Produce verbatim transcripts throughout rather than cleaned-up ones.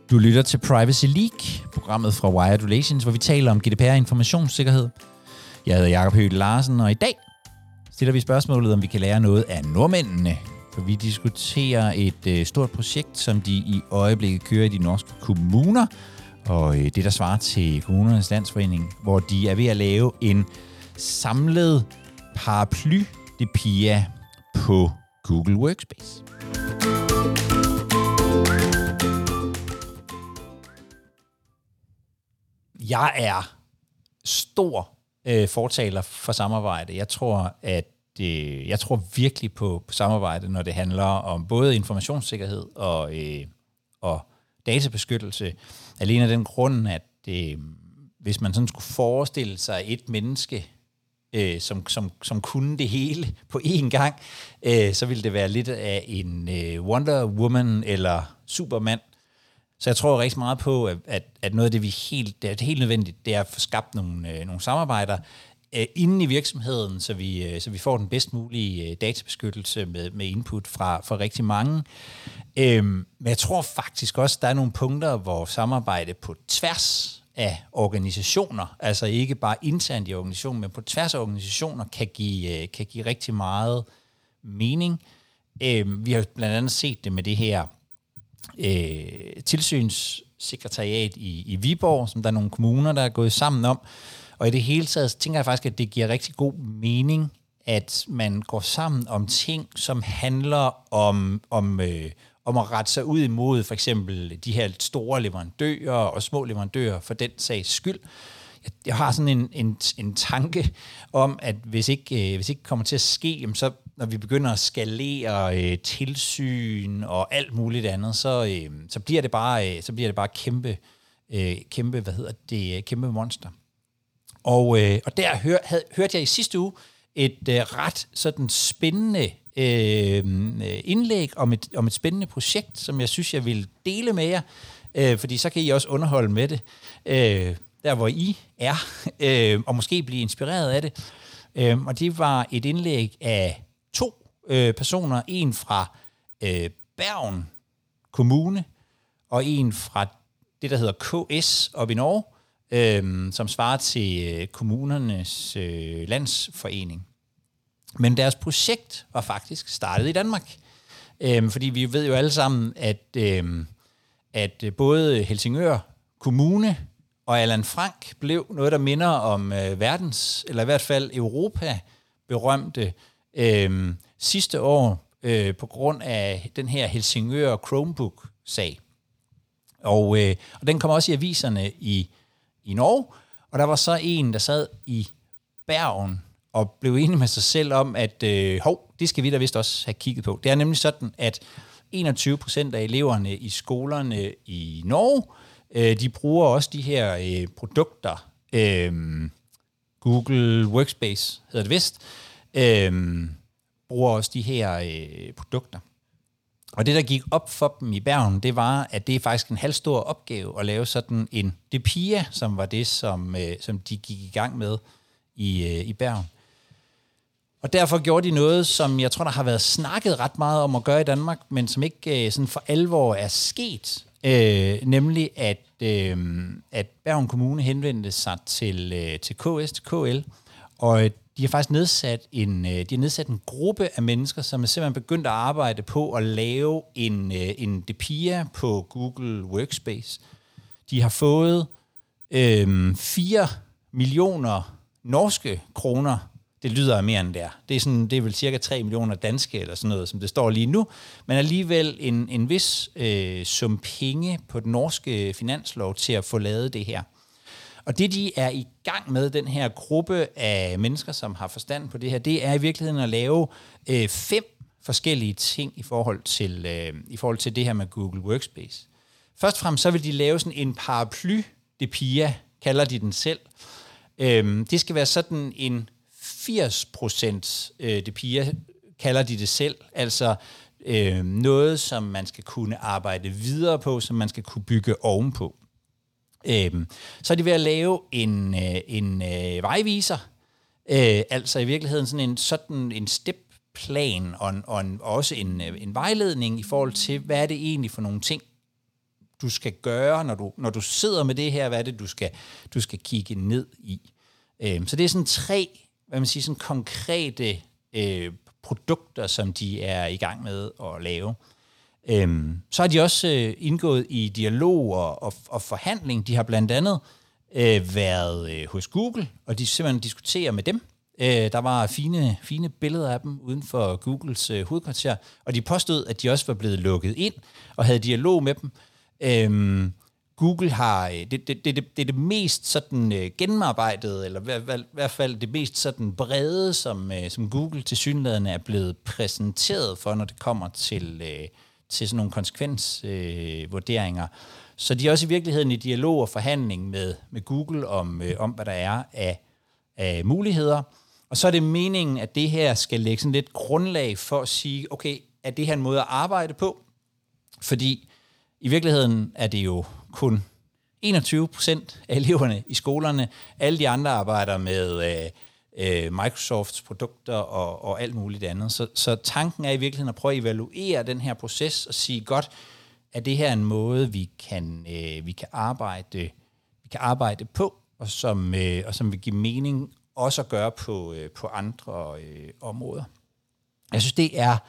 Du lytter til Privacy League, programmet fra Wired Relations, hvor vi taler om G D P R og informationssikkerhed. Jeg hedder Jakob Høgh Larsen, og i dag stiller vi spørgsmålet, om vi kan lære noget af nordmændene. For vi diskuterer et øh, stort projekt, som de i øjeblikket kører i de norske kommuner, og øh, det, der svarer til Kommunernes Landsforening, hvor de er ved at lave en samlet paraply-DPIA på Google Workspace. Jeg er stor øh, fortaler for samarbejde. Jeg tror, at øh, jeg tror virkelig på, på samarbejde, når det handler om både informationssikkerhed og, øh, og databeskyttelse. Alene af den grund, at øh, hvis man sådan skulle forestille sig et menneske, øh, som, som, som kunne det hele på én gang, øh, så ville det være lidt af en øh, Wonder Woman eller Superman. Så jeg tror rigtig meget på, at, at noget af det, vi helt, det er helt nødvendigt, det er at få skabt nogle, øh, nogle samarbejder øh, inden i virksomheden, så vi, øh, så vi får den bedst mulige øh, databeskyttelse med, med input fra, fra rigtig mange. Øhm, men jeg tror faktisk også, der er nogle punkter, hvor samarbejde på tværs af organisationer, altså ikke bare internt i organisationen, men på tværs af organisationer, kan give, øh, kan give rigtig meget mening. Øhm, vi har blandt andet set det med det her Øh, tilsynssekretariat i, i Viborg, som der er nogle kommuner, der er gået sammen om. Og i det hele taget tænker jeg faktisk, at det giver rigtig god mening, at man går sammen om ting, som handler om, om, øh, om at rette sig ud imod for eksempel de her store leverandører og små leverandører for den sags skyld. Jeg, jeg har sådan en, en, en tanke om, at hvis ikke, øh, hvis ikke kommer til at ske, jamen så når vi begynder at skalere øh, tilsyn og alt muligt andet, så, øh, så bliver det bare øh, så bliver det bare kæmpe øh, kæmpe hvad hedder det kæmpe monster. Og øh, og der hør, havde, hørte jeg i sidste uge et øh, ret sådan spændende øh, indlæg om et om et spændende projekt, som jeg synes jeg vil dele med jer, øh, fordi så kan I også underholde med det øh, der hvor I er øh, og måske blive inspireret af det. Øh, og det var et indlæg af to øh, personer, en fra øh, Bergen Kommune, og en fra det, der hedder K S op i Norge, øh, som svarer til øh, kommunernes øh, landsforening. Men deres projekt var faktisk startet i Danmark. Øh, fordi vi ved jo alle sammen, at, øh, at både Helsingør Kommune og Allan Frank blev noget, der minder om øh, verdens, eller i hvert fald Europa, berømte øh, sidste år øh, på grund af den her Helsingør Chromebook-sag. Og, øh, og den kom også i aviserne i, i Norge, og der var så en, der sad i Bergen og blev enig med sig selv om, at øh, hov, det skal vi da vist også have kigget på. Det er nemlig sådan, at enogtyve procent af eleverne i skolerne i Norge, øh, de bruger også de her øh, produkter, øh, Google Workspace hedder det vist, Øhm, bruger også de her øh, produkter. Og det, der gik op for dem i Bergen, det var, at det er faktisk en halvstor opgave at lave sådan en DPIA, som var det, som, øh, som de gik i gang med i, øh, i Bergen. Og derfor gjorde de noget, som jeg tror, der har været snakket ret meget om at gøre i Danmark, men som ikke øh, sådan for alvor er sket. Øh, nemlig, at, øh, at Bergen Kommune henvendte sig til, øh, til K S, til K L, og de har faktisk nedsat en, de har nedsat en gruppe af mennesker, som er simpelthen begyndt at arbejde på at lave en, en DPIA på Google Workspace. De har fået øhm, fire millioner norske kroner. Det lyder mere end der. Det er, sådan, det er vel cirka tre millioner danske, eller sådan noget, som det står lige nu. Men alligevel en, en vis øh, sum penge på den norske finanslov til at få lavet det her. Og det, de er i gang med, den her gruppe af mennesker, som har forstand på det her, det er i virkeligheden at lave øh, fem forskellige ting i forhold til, øh, i forhold til det her med Google Workspace. Først og fremmest så vil de lave sådan en paraply-DPIA, kalder de den selv. Øh, det skal være sådan en firs procent øh, DPIA, kalder de det selv. Altså øh, noget, som man skal kunne arbejde videre på, som man skal kunne bygge ovenpå. Øhm, så er de ved at lave en, øh, en øh, vejviser, øh, altså i virkeligheden sådan en, sådan en stepplan og, en, og en, også en, øh, en vejledning i forhold til, hvad er det egentlig for nogle ting, du skal gøre, når du, når du sidder med det her, hvad er det, du skal, du skal kigge ned i. Øh, så det er sådan tre, hvad man siger, sådan konkrete øh, produkter, som de er i gang med at lave. Øhm, så har de også øh, indgået i dialog og, og, og forhandling. De har blandt andet øh, været øh, hos Google, og de simpelthen diskuterer med dem. Øh, der var fine, fine billeder af dem uden for Googles øh, hovedkvarter, og de påstod, at de også var blevet lukket ind og havde dialog med dem. Øhm, Google har, det, det, det, det, det er det mest sådan øh, gennemarbejdede, eller i hvert, hvert fald det mest sådan brede, som, øh, som Google tilsyneladende er blevet præsenteret for, når det kommer til, øh, til sådan nogle konsekvensvurderinger. Øh, Så de er også i virkeligheden i dialog og forhandling med, med Google om, øh, om, hvad der er af, af muligheder. Og så er det meningen, at det her skal lægge sådan lidt grundlag for at sige, okay, er det her en måde at arbejde på? Fordi i virkeligheden er det jo kun enogtyve procent af eleverne i skolerne. Alle de andre arbejder med øh, øh, Microsofts produkter og, og alt muligt andet. Så, så tanken er i virkeligheden at prøve at evaluere den her proces og sige, godt, er det her en måde, vi kan, øh, vi kan, arbejde, vi kan arbejde på, og som, øh, og som vil give mening også at gøre på, øh, på andre øh, områder. Jeg synes, det er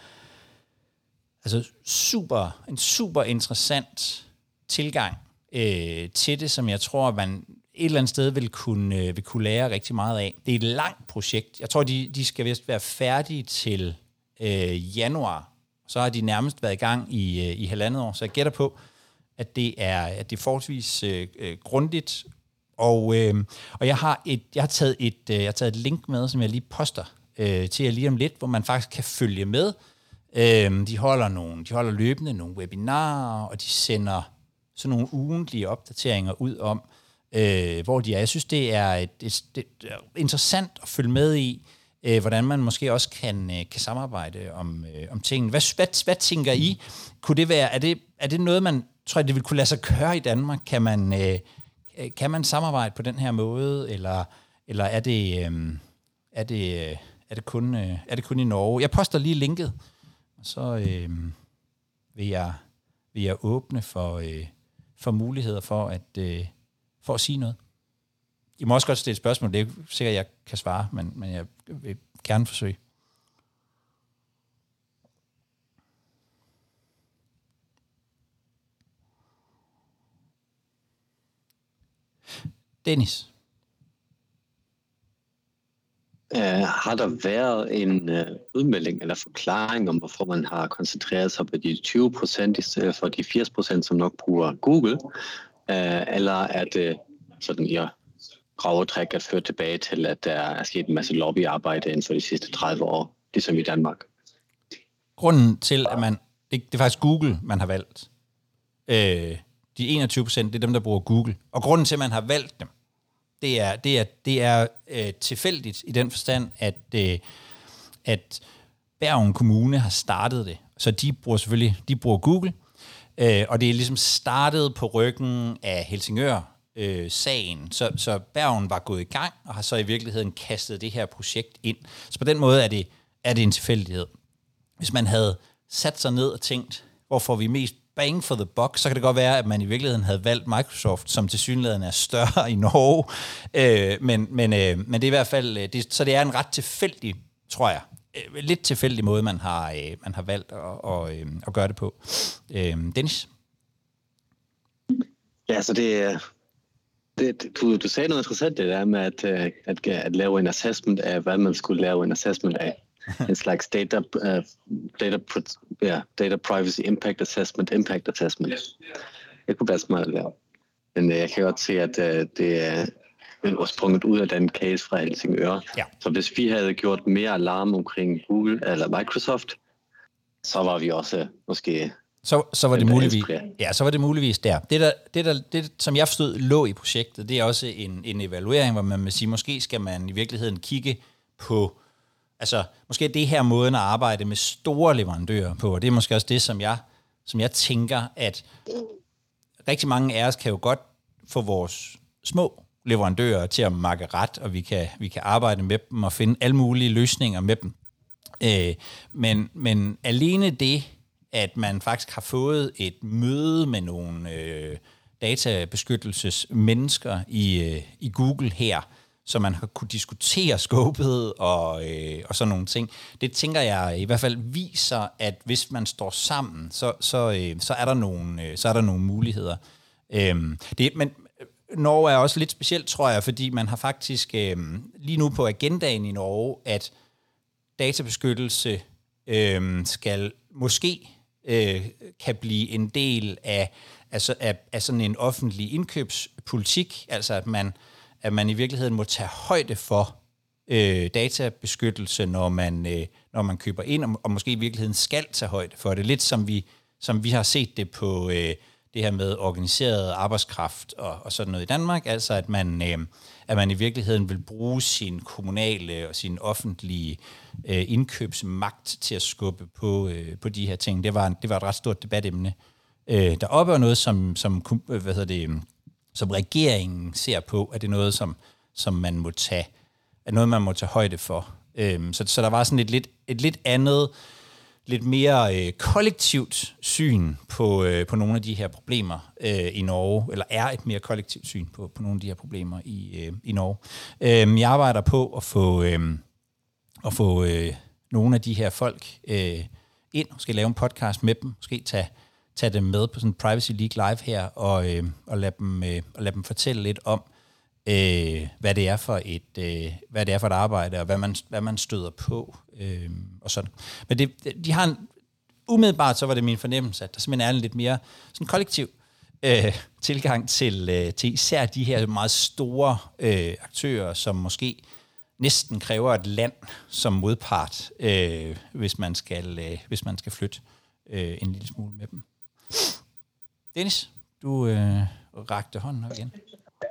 altså super, en super interessant tilgang øh, til det, som jeg tror, man et eller andet sted vil kunne, øh, vil kunne lære rigtig meget af. Det er et langt projekt. Jeg tror, de, de skal vist være færdige til øh, januar. Så har de nærmest været i gang i, øh, i halvandet år. Så jeg gætter på, at det er, at det er forholdsvis øh, øh, grundigt. Og, øh, og jeg, har et, jeg, har taget et, øh, jeg har taget et link med, som jeg lige poster øh, til jer lige om lidt, hvor man faktisk kan følge med. Øh, de, holder nogle, de holder løbende nogle webinarer, og de sender sådan nogle ugentlige opdateringer ud om, øh, hvor de er. Jeg synes, det er, et, det, det er interessant at følge med i, øh, hvordan man måske også kan, øh, kan samarbejde om, øh, om tingene. Hvad, hvad, hvad tænker I? Kunne det være, er det, er det noget, man tror, det vil kunne lade sig gøre i Danmark? Kan man, øh, kan man samarbejde på den her måde, eller, eller er, det, øh, er, det, øh, er, det kun, øh, er det kun i Norge? Jeg poster lige linket, og så øh, vil, jeg, vil jeg åbne for, øh, for muligheder for at, øh, for at sige noget. I må også godt stille et spørgsmål. Det er ikke sikkert, at jeg kan svare, men, men jeg vil gerne forsøge. Dennis? Uh, har der været en uh, udmelding eller forklaring om, hvorfor man har koncentreret sig på de tyve procent i stedet for de firs procent, som nok bruger Google? Uh, eller er det sådan, ja, grove træk at føre tilbage til, at der er sket en masse lobbyarbejde inden for de sidste tredive år, ligesom i Danmark? Grunden til, at man... Det, det er faktisk Google, man har valgt. Øh, de enogtyve procent, det er dem, der bruger Google. Og grunden til, at man har valgt dem, det er, det er, det er øh, tilfældigt i den forstand, at, øh, at Bergen Kommune har startet det. Så de bruger selvfølgelig de bruger Google, øh, og det er ligesom startet på ryggen af Helsingør-sagen. Øh, så, så Bergen var gået i gang, og har så i virkeligheden kastet det her projekt ind. Så på den måde er det, er det en tilfældighed. Hvis man havde sat sig ned og tænkt, hvor får vi mest bang for the buck, så kan det godt være, at man i virkeligheden havde valgt Microsoft, som tilsyneladende er større i Norge. Øh, men, men, øh, men det er i hvert fald, det, så det er en ret tilfældig, tror jeg, øh, lidt tilfældig måde, man har, øh, man har valgt at, og, øh, at gøre det på. Øh, Dennis? Ja, så det, det du, du sagde noget interessant, det der med at, at, at lave en assessment af, hvad man skulle lave en assessment af. En slags data, uh, data, yeah, data privacy impact assessment, impact assessment. Det kunne være smart at lave. Men uh, jeg kan godt se, at uh, det er uh, sprunget ud af den case fra Helsingør. Ja. Så hvis vi havde gjort mere alarm omkring Google eller Microsoft, så var vi også måske... Så, så var det muligvis, ja, så var det muligvis der. Det, der, det, der, det, som jeg forstod, lå i projektet, det er også en, en evaluering, hvor man vil sige, måske skal man i virkeligheden kigge på... Altså, måske er det her måden at arbejde med store leverandører på, og det er måske også det, som jeg, som jeg tænker, at rigtig mange af os kan jo godt få vores små leverandører til at makke ret, og vi kan, vi kan arbejde med dem og finde alle mulige løsninger med dem. Øh, men, men alene det, at man faktisk har fået et møde med nogle øh, databeskyttelsesmennesker i, øh, i Google her, så man har kunne diskutere scopet og, øh, og sådan nogle ting. Det tænker jeg i hvert fald viser, at hvis man står sammen, så, så, øh, så, er, der nogle, øh, så er der nogle muligheder. Øhm, det, men Norge er også lidt specielt, tror jeg, fordi man har faktisk øh, lige nu på agendaen i Norge, at databeskyttelse øh, skal måske øh, kan blive en del af, altså, af, af sådan en offentlig indkøbspolitik, altså at man at man i virkeligheden må tage højde for øh, databeskyttelse, når man, øh, når man køber ind, og, og måske i virkeligheden skal tage højde for det. Lidt som vi, som vi har set det på øh, det her med organiseret arbejdskraft og, og sådan noget i Danmark, altså at man, øh, at man i virkeligheden vil bruge sin kommunale og sin offentlige øh, indkøbsmagt til at skubbe på, øh, på de her ting. Det var, det var et ret stort debatemne. Øh, deroppe er noget, som, som hvad hedder det, som regeringen ser på, at det er noget, som, som man må tage, er noget, man må tage højde for. Øhm, så, så der var sådan et lidt, et lidt andet, lidt mere øh, kollektivt syn på, øh, på nogle af de her problemer øh, i Norge, eller er et mere kollektivt syn på, på nogle af de her problemer i, øh, i Norge. Øhm, jeg arbejder på at få, øh, at få øh, nogle af de her folk øh, ind, måske lave en podcast med dem, måske tage tage dem med på sådan Privacy League Live her, og, øh, og, lade dem, øh, og lade dem fortælle lidt om, øh, hvad det er for et, øh, hvad det er for et arbejde, og hvad man, hvad man støder på, øh, og sådan. Men det, de har en, umiddelbart så var det min fornemmelse, at der simpelthen er en lidt mere sådan kollektiv øh, tilgang til, øh, til især de her meget store øh, aktører, som måske næsten kræver et land som modpart, øh, hvis, man skal, øh, hvis man skal flytte øh, en lille smule med dem. Dennis, du øh, rakte hånden op igen.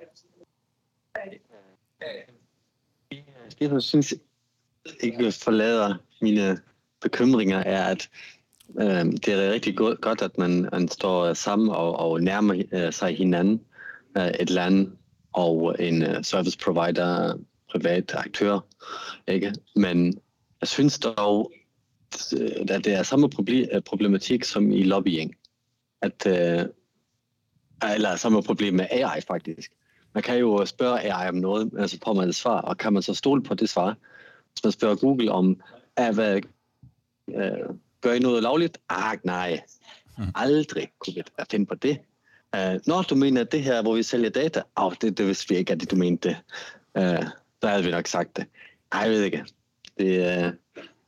Jeg synes ikke forlader mine bekymringer er, at øh, det er rigtig godt, at man, man står sammen og, og nærmer øh, sig hinanden, øh, et land og en uh, service provider, privat aktør, ikke? Men jeg synes dog, at det er samme problematik som i lobbying. At, øh, eller samme problem med A I faktisk. Man kan jo spørge A I om noget, men så får man et svar, og kan man så stole på det svar? Hvis man spørger Google om, hvad, øh, gør I noget lovligt? Ah, nej. Aldrig kunne vi finde på det. Uh, når du mener det her, hvor vi sælger data, oh, det, det vidste vi ikke, at du mente det. Uh, der havde vi nok sagt det. Nej, jeg ved ikke. Det, uh...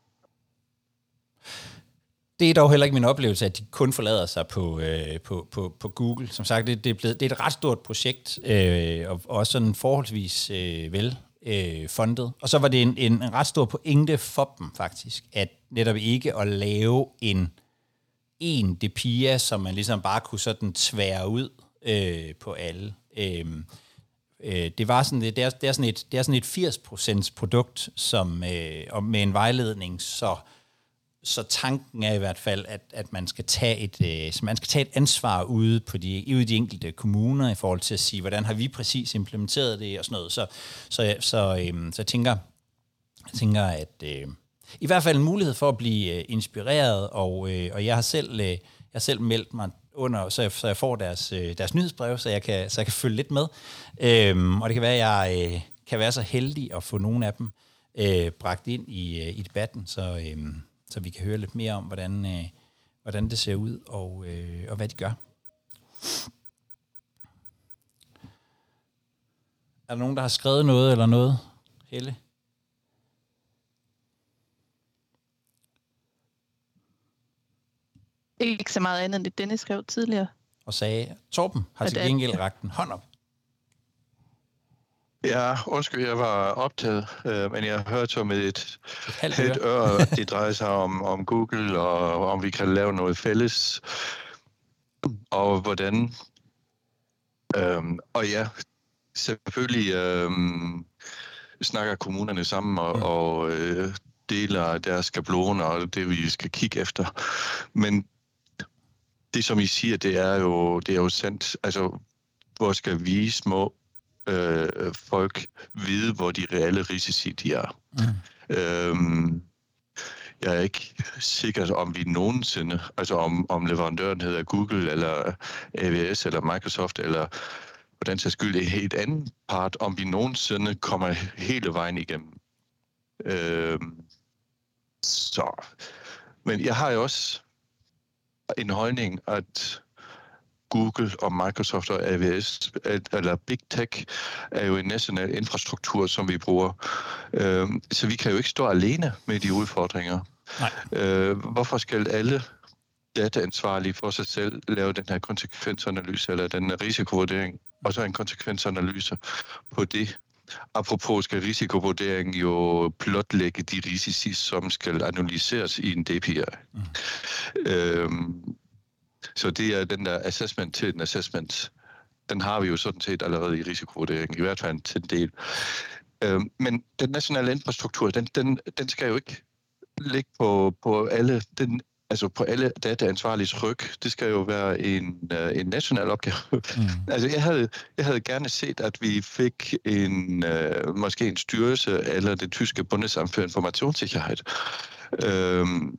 det er dog heller ikke min oplevelse, at de kun forlader sig på, øh, på, på, på Google. Som sagt, det, det, er, blevet, det er et ret stort projekt, øh, og også sådan forholdsvis øh, vel øh, fundet. Og så var det en, en, en ret stor pointe for dem faktisk, at netop ikke at lave en en D P I A, som man ligesom bare kunne sådan tvære ud øh, på alle. Øh, øh, det var sådan, det, det, er, det er sådan et, det er sådan et firs procent produkt, som øh, og med en vejledning, så så tanken er i hvert fald, at, at man skal tage et, øh, så man skal tage et ansvar ude på de ude i de enkelte kommuner i forhold til at sige, hvordan har vi præcis implementeret det og sådan noget. Så så så, øh, så jeg tænker, jeg tænker at øh, i hvert fald en mulighed for at blive øh, inspireret, og, øh, og jeg har selv øh, jeg har selv meldt mig under, så jeg, så jeg får deres øh, deres nyhedsbrev, så jeg kan så jeg kan følge lidt med. Øhm, og det kan være, at jeg øh, kan være så heldig at få nogle af dem øh, bragt ind i øh, i debatten, så øh, så vi kan høre lidt mere om, hvordan øh, hvordan det ser ud og øh, og hvad de gør. Er der nogen, der har skrevet noget eller noget, Helle? Ikke så meget andet, end det Dennis skrev tidligere. Og sagde, Torben har til gengæld rakt en hånd op. Ja, undskyld, jeg var optaget, øh, men jeg hørte om et, et, et ør, det drejer sig om, om Google, og om vi kan lave noget fælles, og hvordan. Øhm, og ja, selvfølgelig øhm, snakker kommunerne sammen og, mm. og øh, deler deres skabeloner og det, vi skal kigge efter. Men det, som I siger, det er jo, det er jo sandt. Altså, hvor skal vi små øh, folk vide, hvor de reelle risici de er? Mm. Øhm, jeg er ikke sikker, om vi nogensinde, altså om, om leverandøren hedder Google, eller A W S, eller Microsoft, eller på den sags skyld en helt anden part, om vi nogensinde kommer hele vejen igennem. Øh, så. Men jeg har jo også en holdning, at Google og Microsoft og A W S, eller Big Tech, er jo en national infrastruktur, som vi bruger. Så vi kan jo ikke stå alene med de udfordringer. Nej. Hvorfor skal alle dataansvarlige for sig selv lave den her konsekvensanalyse, eller den her risikovurdering, og så en konsekvensanalyse på det? Apropos skal risikovurderingen jo blotlægge de risici, som skal analyseres i en D P I. Mm. Øhm, så det er den der assessment til en assessment. Den har vi jo sådan set allerede i risikovurderingen, i hvert fald til en del. Øhm, men den nationale infrastruktur, den, den, den skal jo ikke ligge på, på alle... Den, Altså på alle dataansvarliges ryg, det skal jo være en, uh, en national opgave. Mm. Altså jeg havde, jeg havde gerne set, at vi fik en, uh, måske en styrelse eller det tyske Bundesamt for Informationssikkerhed. Øhm,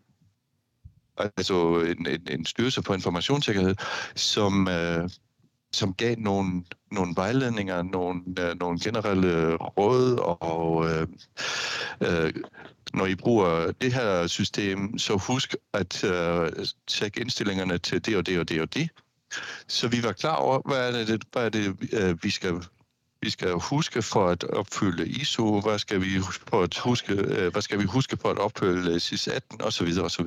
altså en, en, en styrelse for informationssikkerhed, som, uh, som gav nogle, nogle vejledninger, nogle, uh, nogle generelle råd og... Uh, uh, Når I bruger det her system, så husk at uh, tjekke indstillingerne til det og det og det og det. Så vi var klar over, hvad er det, hvad er det uh, vi, skal, vi skal huske for at opfylde I S O, hvad skal vi huske på at huske, uh, hvad skal vi huske på at opfylde S I S atten osv. osv.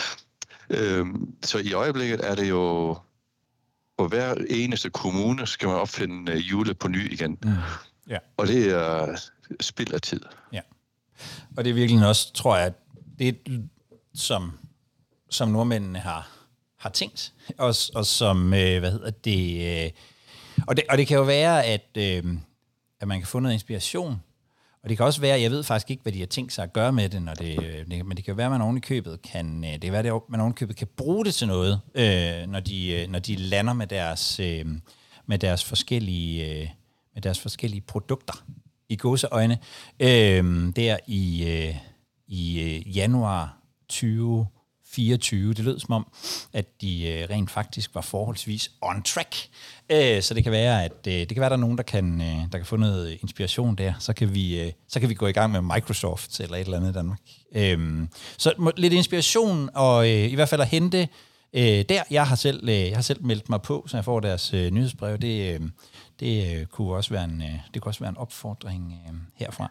Uh, så i øjeblikket er det jo, på hver eneste kommune skal man opfinde uh, hjulet på ny igen. Mm. Yeah. Og det er uh, spild af tid. Ja. Og det er virkelig også, tror jeg, det som, som nordmændene har, har tænkt, og, og som, øh, hvad hedder det, øh, og det, og det kan jo være, at, øh, at man kan få noget inspiration, og det kan også være, jeg ved faktisk ikke, hvad de har tænkt sig at gøre med det, når det, øh, men det kan jo være, at man oven i købet kan, øh, det kan være, at man oven i købet kan bruge det til noget, øh, når, de, øh, når de lander med deres, øh, med deres forskellige, øh, med deres forskellige produkter. I gåseøjne, øh, der i, øh, i øh, januar tyve fireogtyve. Det lød som om, at de øh, rent faktisk var forholdsvis on track. Øh, så det kan være, at øh, det kan være, der er nogen, der kan, øh, der kan få noget inspiration der. Så kan vi, øh, så kan vi gå i gang med Microsoft eller et eller andet i Danmark. Øh, så må, lidt inspiration, og øh, i hvert fald at hente øh, der. Jeg har, selv, øh, jeg har selv meldt mig på, så jeg får deres øh, nyhedsbrev. Det øh, Det øh, kunne også være en, øh, det kunne også være en opfordring øh, herfra.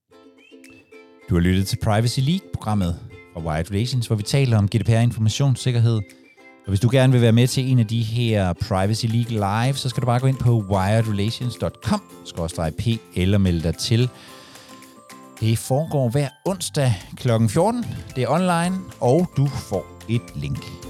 Du har lyttet til Privacy League-programmet fra Wired Relations, hvor vi taler om G D P R informationssikkerhed. Og hvis du gerne vil være med til en af de her Privacy League live, så skal du bare gå ind på wired relations punktum com skråstreg p eller melde dig til. Det foregår hver onsdag klokken fjorten. Det er online, og du får et link.